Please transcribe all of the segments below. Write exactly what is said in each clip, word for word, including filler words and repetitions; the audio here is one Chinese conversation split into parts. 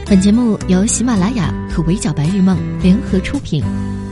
本节目由喜马拉雅和围剿白日梦联合出品。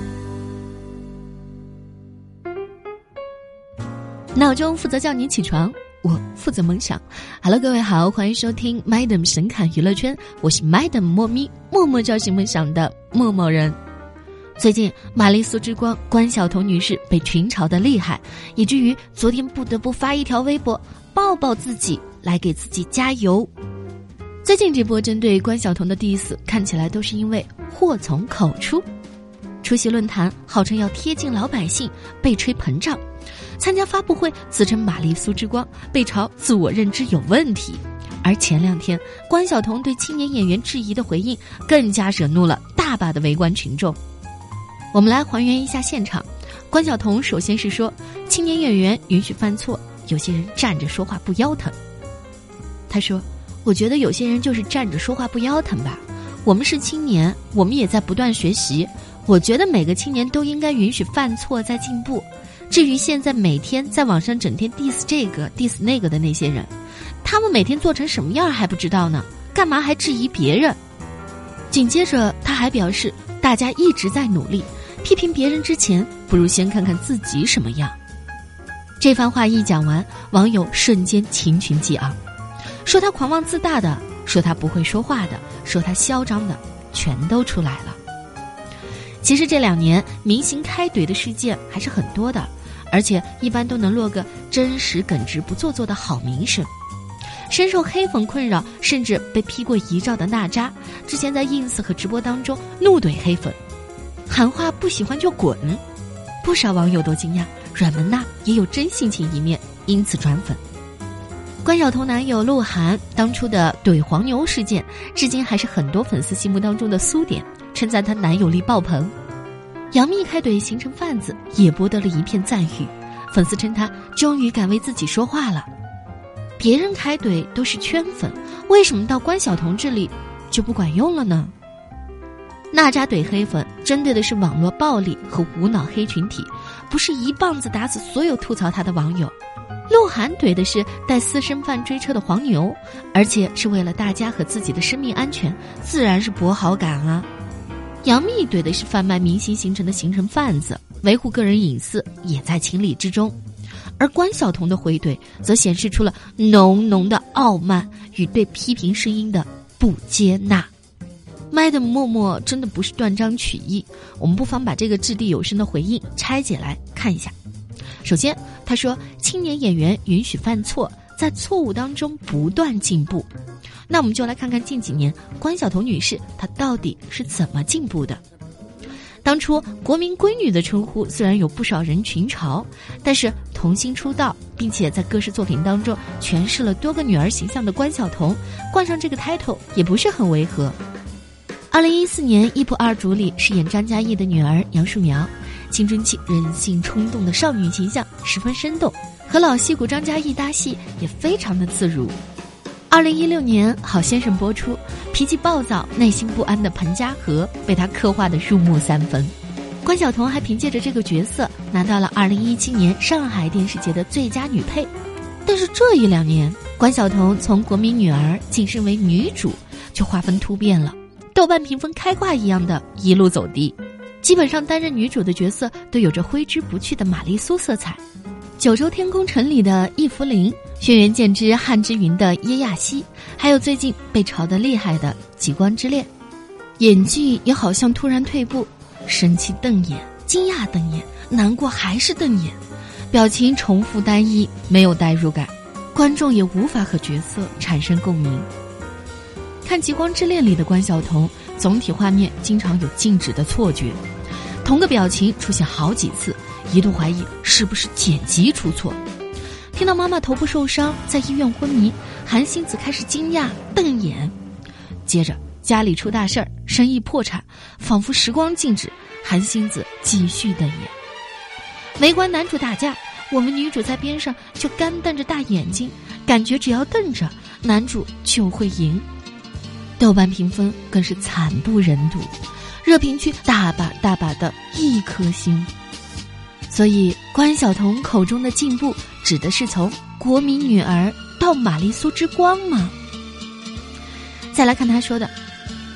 闹钟负责叫你起床，我负责梦想。Hello， 各位好，欢迎收听 Madam 神侃娱乐圈，我是 Madam 莫咪，默默叫醒梦想的默默人。最近玛丽苏之光关晓彤女士被群嘲的厉害，以至于昨天不得不发一条微博抱抱自己，来给自己加油。最近这波针对关晓彤的 diss 看起来都是因为祸从口出。出席论坛号称要贴近老百姓，被吹膨胀；参加发布会自称玛丽苏之光，被嘲自我认知有问题。而前两天关晓彤对青年演员质疑的回应更加惹怒了大把的围观群众。我们来还原一下现场。关晓彤首先是说青年演员允许犯错，有些人站着说话不腰疼。他说，我觉得有些人就是站着说话不腰疼吧，我们是青年，我们也在不断学习，我觉得每个青年都应该允许犯错再进步。至于现在每天在网上整天 diss 这个 diss 那个的那些人，他们每天做成什么样还不知道呢，干嘛还质疑别人？紧接着他还表示，大家一直在努力，批评别人之前不如先看看自己什么样。这番话一讲完，网友瞬间群群激昂，说他狂妄自大的，说他不会说话的，说他嚣张的，全都出来了。其实这两年明星开怼的事件还是很多的，而且一般都能落个真实耿直不做作的好名声。深受黑粉困扰甚至被批过遗照的娜扎，之前在 ins 和直播当中怒怼黑粉，喊话不喜欢就滚。不少网友都惊讶，阮文娜也有真性情一面，因此转粉。关晓彤男友鹿晗当初的怼黄牛事件，至今还是很多粉丝心目当中的苏点，称赞他男友力爆棚。杨幂开怼形成贩子，也博得了一片赞誉，粉丝称他终于敢为自己说话了。别人开怼都是圈粉，为什么到关晓彤这里就不管用了呢？娜扎怼黑粉针对的是网络暴力和无脑黑群体，不是一棒子打死所有吐槽他的网友。鹿晗怼的是带私生饭追车的黄牛，而且是为了大家和自己的生命安全，自然是博好感啊。杨幂怼的是贩卖明星行程的行程贩子，维护个人隐私也在情理之中。而关晓彤的回怼则显示出了浓浓的傲慢与对批评声音的不接纳。Madam 默默真的不是断章取义，我们不妨把这个掷地有声的回应拆解来看一下。首先他说青年演员允许犯错，在错误当中不断进步。那我们就来看看近几年关晓彤女士她到底是怎么进步的。当初国民闺女的称呼虽然有不少人群嘲，但是童星出道并且在各式作品当中诠释了多个女儿形象的关晓彤，冠上这个 title 也不是很违和。二零一四年一仆二主里饰演张嘉译的女儿杨树苗，青春期任性冲动的少女形象十分生动，和老戏骨张嘉译搭戏也非常的自如。二零一六年好先生播出，脾气暴躁内心不安的彭佳禾被他刻画的入木三分。关晓彤还凭借着这个角色拿到了二零一七年上海电视节的最佳女配。但是这一两年关晓彤从国民女儿晋升为女主就划分突变了，豆瓣评分开挂一样的一路走低，基本上担任女主的角色都有着挥之不去的玛丽苏色彩。九州天空城里的易福林，轩辕剑之汉之云的耶亚希，还有最近被炒得厉害的极光之恋，演技也好像突然退步，生气瞪眼，惊讶瞪眼，难过还是瞪眼，表情重复单一，没有代入感，观众也无法和角色产生共鸣。看极光之恋里的关晓彤，总体画面经常有静止的错觉，同个表情出现好几次，一度怀疑是不是剪辑出错。听到妈妈头部受伤在医院昏迷，韩星子开始惊讶瞪眼，接着家里出大事儿，生意破产，仿佛时光静止，韩星子继续瞪眼。围观男主打架，我们女主在边上就干瞪着大眼睛，感觉只要瞪着男主就会赢。豆瓣评分更是惨不忍睹，热评区大把大把的一颗星。所以关晓彤口中的进步指的是从国民女儿到玛丽苏之光吗？再来看他说的，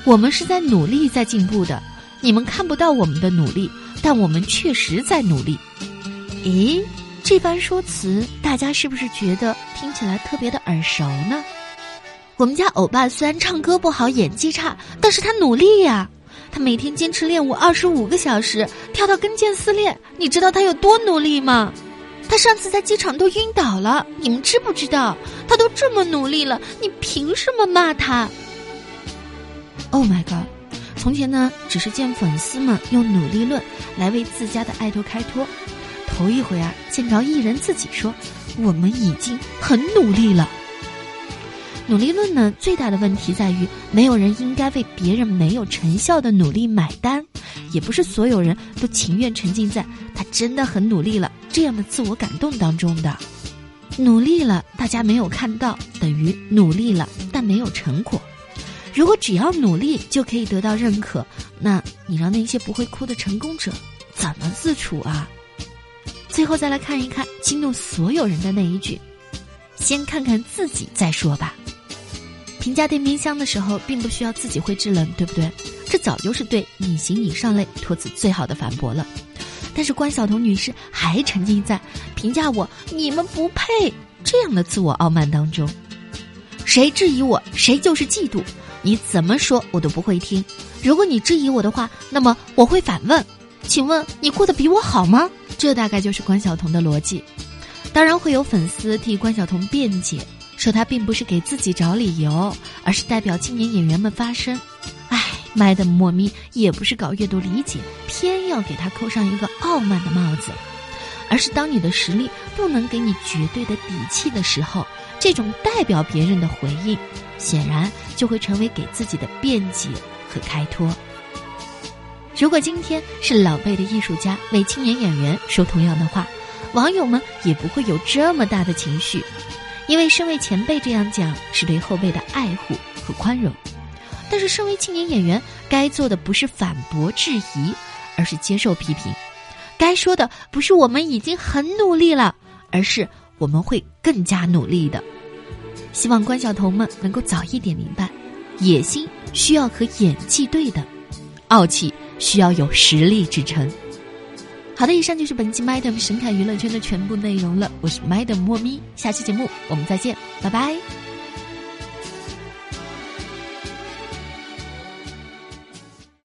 我们是在努力在进步的，你们看不到我们的努力，但我们确实在努力。诶，这番说辞大家是不是觉得听起来特别的耳熟呢？我们家欧巴虽然唱歌不好演技差，但是他努力呀，他每天坚持练舞二十五个小时，跳到跟腱撕裂，你知道他有多努力吗？他上次在机场都晕倒了，你们知不知道？他都这么努力了，你凭什么骂他？ Oh my god， 从前呢只是见粉丝们用努力论来为自家的爱豆开脱，头一回啊见着艺人自己说我们已经很努力了。努力论呢最大的问题在于，没有人应该为别人没有成效的努力买单，也不是所有人都情愿沉浸在他真的很努力了这样的自我感动当中的。努力了大家没有看到，等于努力了但没有成果。如果只要努力就可以得到认可，那你让那些不会哭的成功者怎么自处啊？最后再来看一看激怒所有人的那一句，先看看自己再说吧。评价电冰箱的时候并不需要自己会制冷，对不对？这早就是对你行你上类托词最好的反驳了。但是关晓彤女士还沉浸在评价我你们不配这样的自我傲慢当中。谁质疑我谁就是嫉妒，你怎么说我都不会听。如果你质疑我的话，那么我会反问，请问你过得比我好吗？这大概就是关晓彤的逻辑。当然会有粉丝替关晓彤辩解，说她并不是给自己找理由，而是代表青年演员们发声。唉，Madam莫咪也不是搞阅读理解，偏要给她扣上一个傲慢的帽子，而是当你的实力不能给你绝对的底气的时候，这种代表别人的回应显然就会成为给自己的辩解和开脱。如果今天是老辈的艺术家为青年演员说同样的话，网友们也不会有这么大的情绪，因为身为前辈这样讲是对后辈的爱护和宽容。但是身为青年演员，该做的不是反驳质疑，而是接受批评。该说的不是我们已经很努力了，而是我们会更加努力的。希望关晓彤们能够早一点明白，野心需要和演技对等，傲气需要有实力支撑。好的，以上就是本期 Madam 神侃娱乐圈的全部内容了。我是 Madam 莫咪，下期节目我们再见，拜拜。